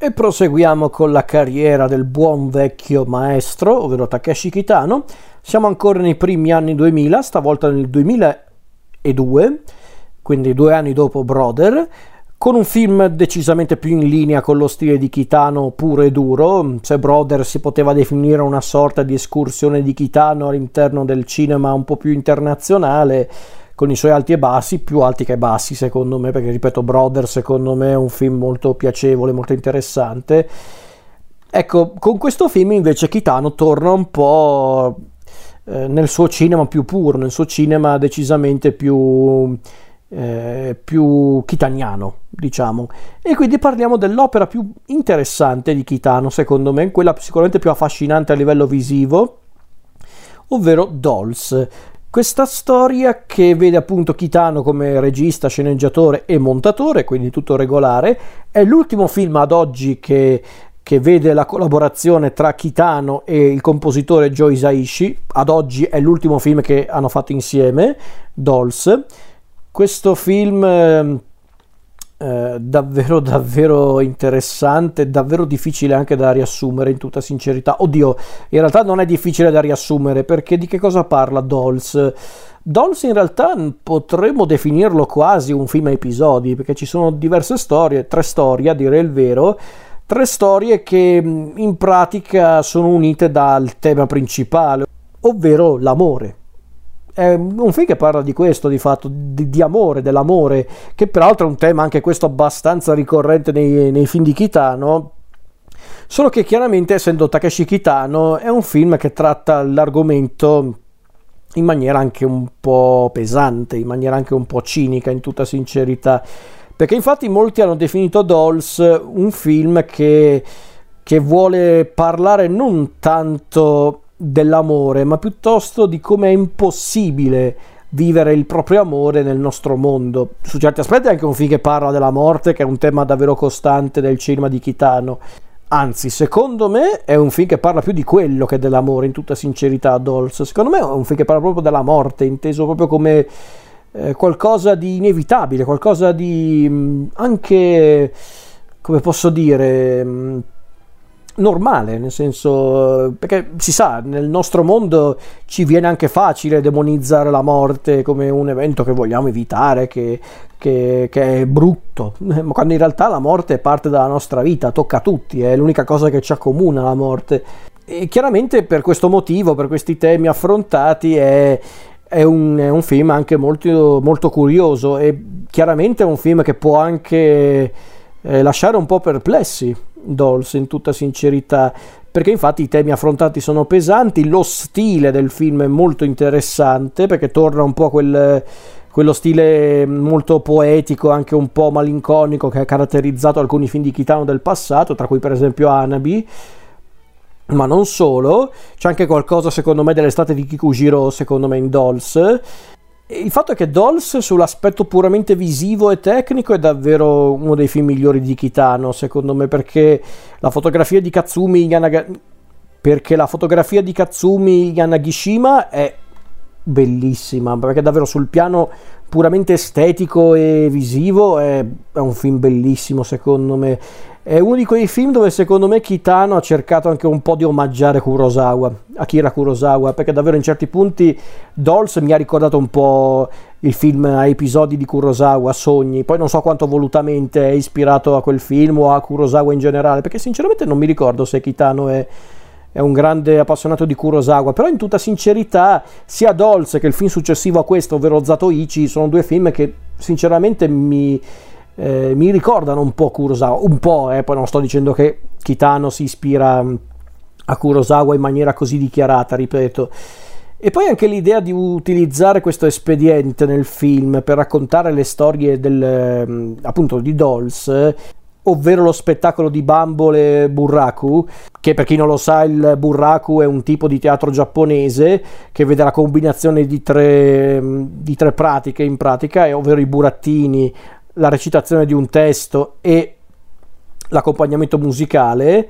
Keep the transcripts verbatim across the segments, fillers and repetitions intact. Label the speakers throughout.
Speaker 1: E proseguiamo con la carriera del buon vecchio maestro, ovvero Takeshi Kitano. Siamo ancora nei primi anni duemila, stavolta nel duemiladue, quindi due anni dopo Brother, con un film decisamente più in linea con lo stile di Kitano puro e duro. Se Brother si poteva definire una sorta di escursione di Kitano all'interno del cinema un po' più internazionale, con i suoi alti e bassi, più alti che bassi secondo me, perché ripeto, Brother secondo me è un film molto piacevole, molto interessante. Ecco, con questo film invece Kitano torna un po' eh, nel suo cinema più puro, nel suo cinema decisamente più, eh, più kitaniano, diciamo. E quindi parliamo dell'opera più interessante di Kitano, secondo me, quella sicuramente più affascinante a livello visivo, ovvero Dolls. Questa storia che vede appunto Kitano come regista, sceneggiatore e montatore, quindi tutto regolare. È l'ultimo film ad oggi che, che vede la collaborazione tra Kitano e il compositore Joe Hisaishi. Ad oggi è l'ultimo film che hanno fatto insieme, Dolls. Questo film eh, eh, davvero davvero interessante, davvero difficile anche da riassumere, in tutta sincerità. Oddio, in realtà non è difficile da riassumere, perché di che cosa parla Dolls? Dolls in realtà potremmo definirlo quasi un film a episodi, perché ci sono diverse storie, tre storie a dire il vero, tre storie che in pratica sono unite dal tema principale, ovvero l'amore. È un film che parla di questo, di fatto, di, di amore, dell'amore, che peraltro è un tema anche questo abbastanza ricorrente nei, nei film di Kitano, solo che chiaramente, essendo Takeshi Kitano, è un film che tratta l'argomento in maniera anche un po' pesante, in maniera anche un po' cinica, in tutta sincerità, perché infatti molti hanno definito Dolls un film che, che vuole parlare non tanto dell'amore, ma piuttosto di come è impossibile vivere il proprio amore nel nostro mondo. Su certi aspetti è anche un film che parla della morte, che è un tema davvero costante del cinema di Kitano. Anzi, secondo me è un film che parla più di quello che dell'amore, in tutta sincerità, Dolls. Secondo me è un film che parla proprio della morte, inteso proprio come eh, qualcosa di inevitabile, qualcosa di mh, anche, come posso dire, mh, normale, nel senso, perché si sa, nel nostro mondo ci viene anche facile demonizzare la morte come un evento che vogliamo evitare, che, che, che è brutto, ma quando in realtà la morte è parte della nostra vita, tocca a tutti, è l'unica cosa che ci accomuna, la morte. E chiaramente per questo motivo, per questi temi affrontati, è, è, un, è un film anche molto, molto curioso, e chiaramente è un film che può anche eh, lasciare un po' perplessi Dolls, in tutta sincerità, perché infatti i temi affrontati sono pesanti, lo stile del film è molto interessante, perché torna un po' quel, quello stile molto poetico, anche un po' malinconico, che ha caratterizzato alcuni film di Kitano del passato, tra cui per esempio Hanabi, ma non solo. C'è anche qualcosa secondo me dell'estate di Kikujiro, secondo me, in Dolls. Il fatto è che Dolls, sull'aspetto puramente visivo e tecnico, è davvero uno dei film migliori di Kitano, secondo me, perché la fotografia di Katsumi Yanaga... perché la fotografia di Katsumi Yanagishima è bellissima, perché davvero sul piano puramente estetico e visivo è, è un film bellissimo, secondo me. È uno di quei film dove secondo me Kitano ha cercato anche un po' di omaggiare Kurosawa, Akira Kurosawa, perché davvero in certi punti Dolls mi ha ricordato un po' il film a episodi di Kurosawa, Sogni. Poi non so quanto volutamente è ispirato a quel film o a Kurosawa in generale, perché sinceramente non mi ricordo se Kitano è, è un grande appassionato di Kurosawa, però in tutta sincerità sia Dolls che il film successivo a questo, ovvero Zatoichi, sono due film che sinceramente mi... Eh, mi ricordano un po' Kurosawa, un po', eh, poi non sto dicendo che Kitano si ispira a Kurosawa in maniera così dichiarata, ripeto. E poi anche l'idea di utilizzare questo espediente nel film per raccontare le storie del, appunto, di Dolls, ovvero lo spettacolo di bambole Burraku, che per chi non lo sa il Burraku è un tipo di teatro giapponese che vede la combinazione di tre, di tre pratiche in pratica, ovvero i burattini, la recitazione di un testo e l'accompagnamento musicale.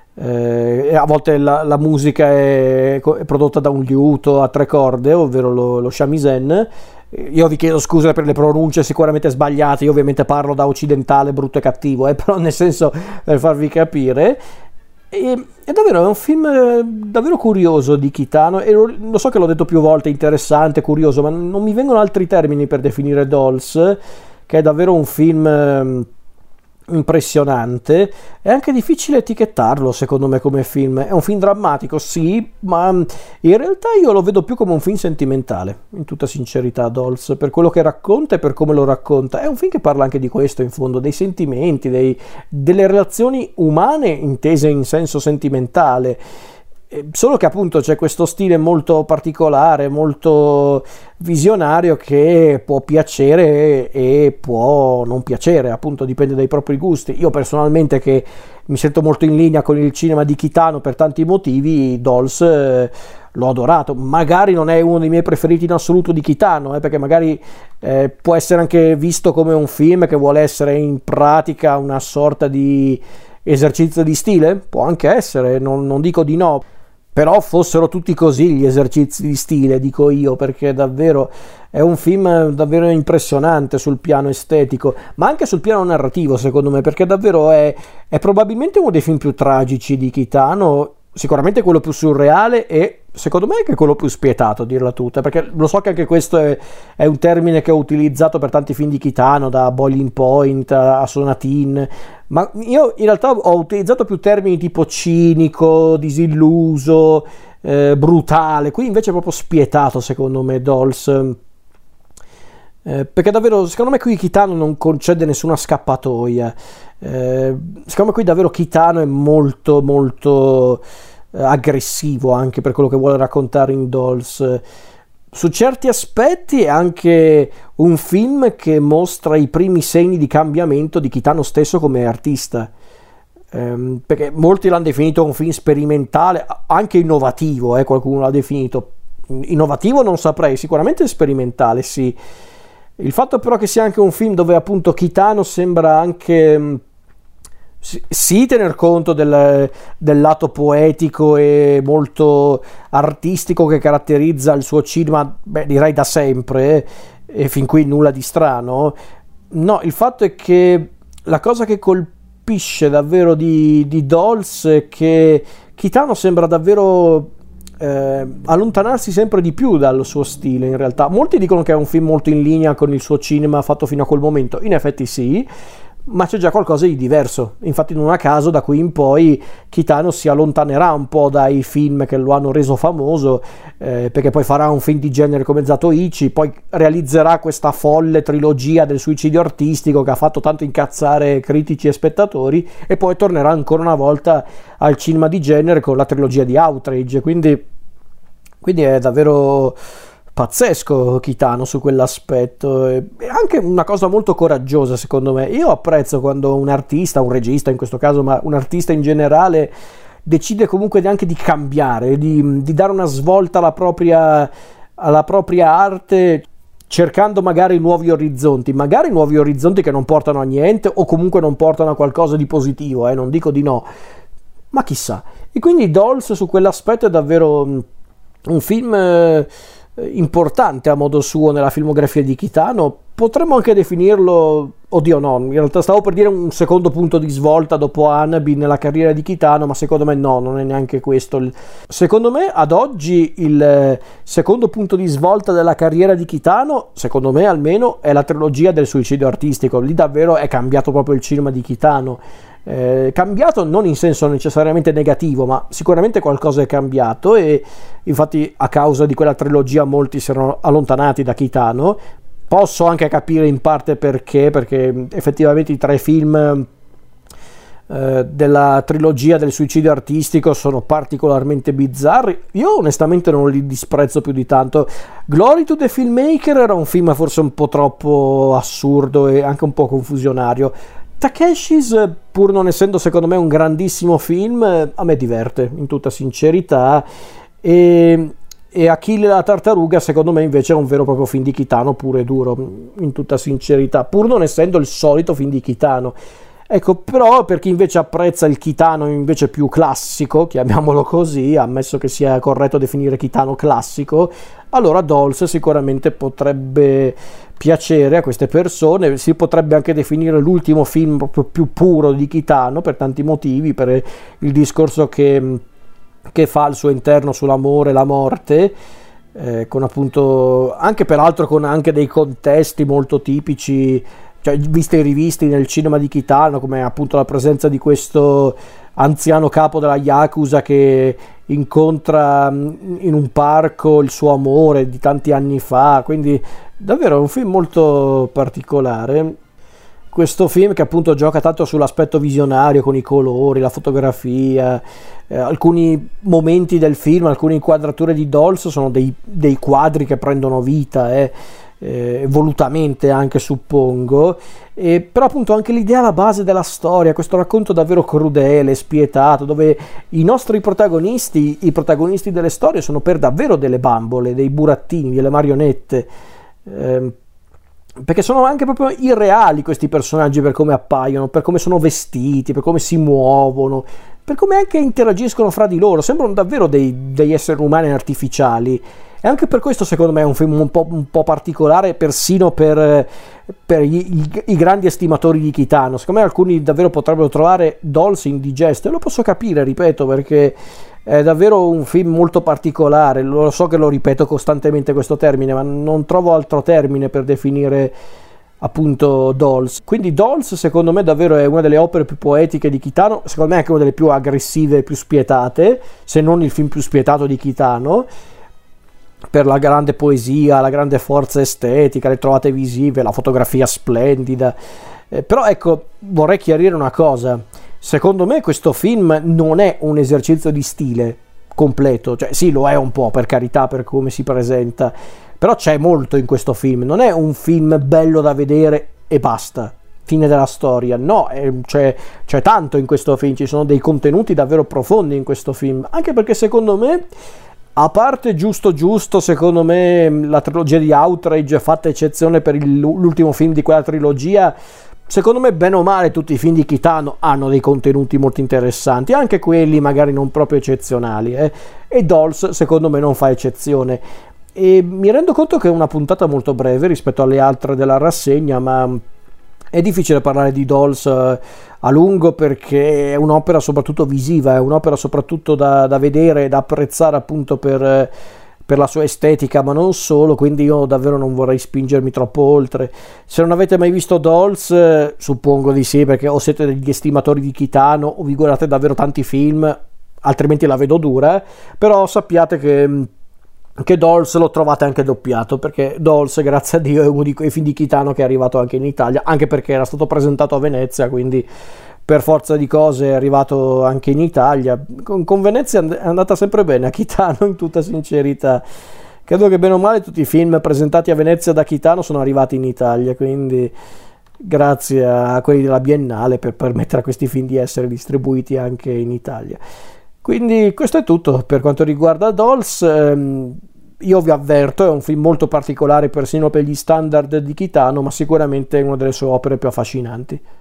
Speaker 1: Eh, a volte la, la musica è, è prodotta da un liuto a tre corde, ovvero lo, lo shamisen, io vi chiedo scusa per le pronunce sicuramente sbagliate, io ovviamente parlo da occidentale brutto e cattivo, eh, però nel senso per farvi capire. E, è davvero è un film eh, davvero curioso di Kitano, e lo, lo so che l'ho detto più volte, interessante, curioso, ma non mi vengono altri termini per definire Dolls, che è davvero un film eh, impressionante. È anche difficile etichettarlo secondo me come film. È un film drammatico, sì, ma in realtà io lo vedo più come un film sentimentale, in tutta sincerità. Dolls, per quello che racconta e per come lo racconta, è un film che parla anche di questo, in fondo, dei sentimenti, dei, delle relazioni umane intese in senso sentimentale. Solo che appunto c'è questo stile molto particolare, molto visionario, che può piacere e può non piacere, appunto dipende dai propri gusti. Io personalmente, che mi sento molto in linea con il cinema di Kitano per tanti motivi, Dolls eh, l'ho adorato. Magari non è uno dei miei preferiti in assoluto di Kitano, eh, perché magari eh, può essere anche visto come un film che vuole essere in pratica una sorta di esercizio di stile, può anche essere, non, non dico di no. Però fossero tutti così gli esercizi di stile, dico io, perché davvero è un film davvero impressionante sul piano estetico, ma anche sul piano narrativo, secondo me, perché davvero è, è probabilmente uno dei film più tragici di Kitano, sicuramente quello più surreale e secondo me anche quello più spietato, a dirla tutta, perché lo so che anche questo è, è un termine che ho utilizzato per tanti film di Kitano, da Boiling Point a Sonatin, ma io in realtà ho utilizzato più termini tipo cinico, disilluso, eh, brutale. Qui invece è proprio spietato, secondo me, Dolls, eh, perché davvero secondo me qui Kitano non concede nessuna scappatoia. Eh, secondo me qui davvero Kitano è molto molto eh, aggressivo anche per quello che vuole raccontare in Dolls. Su certi aspetti è anche un film che mostra i primi segni di cambiamento di Kitano stesso come artista, ehm, perché molti l'hanno definito un film sperimentale, anche innovativo, eh, qualcuno l'ha definito. Innovativo non saprei, sicuramente sperimentale, sì. Il fatto però che sia anche un film dove appunto Kitano sembra anche sì tener conto del, del lato poetico e molto artistico che caratterizza il suo cinema, beh, direi da sempre, eh, e fin qui nulla di strano. No, il fatto è che la cosa che colpisce davvero di, di Dolls è che Kitano sembra davvero eh, allontanarsi sempre di più dal suo stile. In realtà molti dicono che è un film molto in linea con il suo cinema fatto fino a quel momento, in effetti sì, ma c'è già qualcosa di diverso. Infatti non a caso da qui in poi Kitano si allontanerà un po' dai film che lo hanno reso famoso, eh, perché poi farà un film di genere come Zatoichi, poi realizzerà questa folle trilogia del suicidio artistico che ha fatto tanto incazzare critici e spettatori, e poi tornerà ancora una volta al cinema di genere con la trilogia di Outrage. Quindi, quindi è davvero pazzesco Kitano su quell'aspetto. È anche una cosa molto coraggiosa, secondo me. Io apprezzo quando un artista, un regista in questo caso, ma un artista in generale, decide comunque anche di cambiare, di, di dare una svolta alla propria, alla propria arte, cercando magari nuovi orizzonti, magari nuovi orizzonti che non portano a niente o comunque non portano a qualcosa di positivo, eh, non dico di no, ma chissà. E quindi Dolls su quell'aspetto è davvero un film eh, importante a modo suo nella filmografia di Kitano. Potremmo anche definirlo, oddio no, in realtà stavo per dire un secondo punto di svolta dopo Hanabi nella carriera di Kitano, ma secondo me no, non è neanche questo. Secondo me ad oggi il secondo punto di svolta della carriera di Kitano, secondo me almeno, è la trilogia del suicidio artistico. Lì davvero è cambiato proprio il cinema di Kitano. Eh, cambiato non in senso necessariamente negativo, ma sicuramente qualcosa è cambiato, e infatti a causa di quella trilogia molti si erano allontanati da Kitano. Posso anche capire in parte perché, perché effettivamente i tre film eh, della trilogia del suicidio artistico sono particolarmente bizzarri. Io onestamente non li disprezzo più di tanto. Glory to the Filmmaker era un film forse un po' troppo assurdo e anche un po' confusionario. Takeshi's, pur non essendo secondo me un grandissimo film, a me diverte in tutta sincerità, e, e Achille la tartaruga secondo me invece è un vero e proprio film di Kitano puro e duro, in tutta sincerità, pur non essendo il solito film di Kitano. Ecco, però per chi invece apprezza il Kitano invece più classico, chiamiamolo così, ammesso che sia corretto definire Kitano classico, allora Dolls sicuramente potrebbe piacere a queste persone. Si potrebbe anche definire l'ultimo film proprio più puro di Kitano per tanti motivi, per il discorso che, che fa al suo interno sull'amore e la morte, eh, con appunto anche peraltro con anche dei contesti molto tipici, cioè visti e rivisti nel cinema di Kitano, come appunto la presenza di questo anziano capo della Yakuza che incontra in un parco il suo amore di tanti anni fa, quindi davvero è un film molto particolare. Questo film che appunto gioca tanto sull'aspetto visionario con i colori, la fotografia, eh, alcuni momenti del film, alcune inquadrature di Dolls sono dei, dei quadri che prendono vita, eh. Eh, volutamente anche suppongo, eh, però appunto anche l'idea alla base della storia, questo racconto davvero crudele, spietato, dove i nostri protagonisti, i protagonisti delle storie sono per davvero delle bambole, dei burattini, delle marionette, eh, perché sono anche proprio irreali questi personaggi per come appaiono, per come sono vestiti, per come si muovono, per come anche interagiscono fra di loro, sembrano davvero dei, degli esseri umani artificiali. E anche per questo secondo me è un film un po', un po' particolare, persino per, per i, i, i grandi estimatori di Kitano. Secondo me alcuni davvero potrebbero trovare Dolls indigesto, e lo posso capire, ripeto, perché è davvero un film molto particolare. Lo so che lo ripeto costantemente questo termine, ma non trovo altro termine per definire appunto Dolls. Quindi Dolls secondo me davvero è una delle opere più poetiche di Kitano, secondo me è anche una delle più aggressive e più spietate, se non il film più spietato di Kitano, per la grande poesia, la grande forza estetica, le trovate visive, la fotografia splendida. Eh, però ecco, vorrei chiarire una cosa: secondo me questo film non è un esercizio di stile completo, cioè sì, lo è un po', per carità, per come si presenta, però c'è molto in questo film. Non è un film bello da vedere e basta, fine della storia, no, è, c'è, c'è tanto in questo film, ci sono dei contenuti davvero profondi in questo film, anche perché secondo me, a parte giusto giusto, secondo me la trilogia di Outrage, fatta eccezione per il, l'ultimo film di quella trilogia, secondo me bene o male tutti i film di Kitano hanno dei contenuti molto interessanti, anche quelli magari non proprio eccezionali, eh? E Dolls secondo me non fa eccezione. E mi rendo conto che è una puntata molto breve rispetto alle altre della rassegna, ma è difficile parlare di Dolls a lungo, perché è un'opera soprattutto visiva, è un'opera soprattutto da, da vedere e da apprezzare appunto per, per la sua estetica, ma non solo, quindi io davvero non vorrei spingermi troppo oltre. Se non avete mai visto Dolls, suppongo di sì, perché o siete degli estimatori di Kitano o vi guardate davvero tanti film, altrimenti la vedo dura, però sappiate che che Dolls lo trovate anche doppiato, perché Dolls, grazie a Dio, è uno di quei film di Kitano che è arrivato anche in Italia, anche perché era stato presentato a Venezia, quindi per forza di cose è arrivato anche in Italia. Con, con Venezia è andata sempre bene a Kitano, in tutta sincerità. Credo che bene o male tutti i film presentati a Venezia da Kitano sono arrivati in Italia, quindi grazie a quelli della Biennale per permettere a questi film di essere distribuiti anche in Italia. Quindi questo è tutto per quanto riguarda Dolls. ehm, io vi avverto, è un film molto particolare persino per gli standard di Kitano, ma sicuramente è una delle sue opere più affascinanti.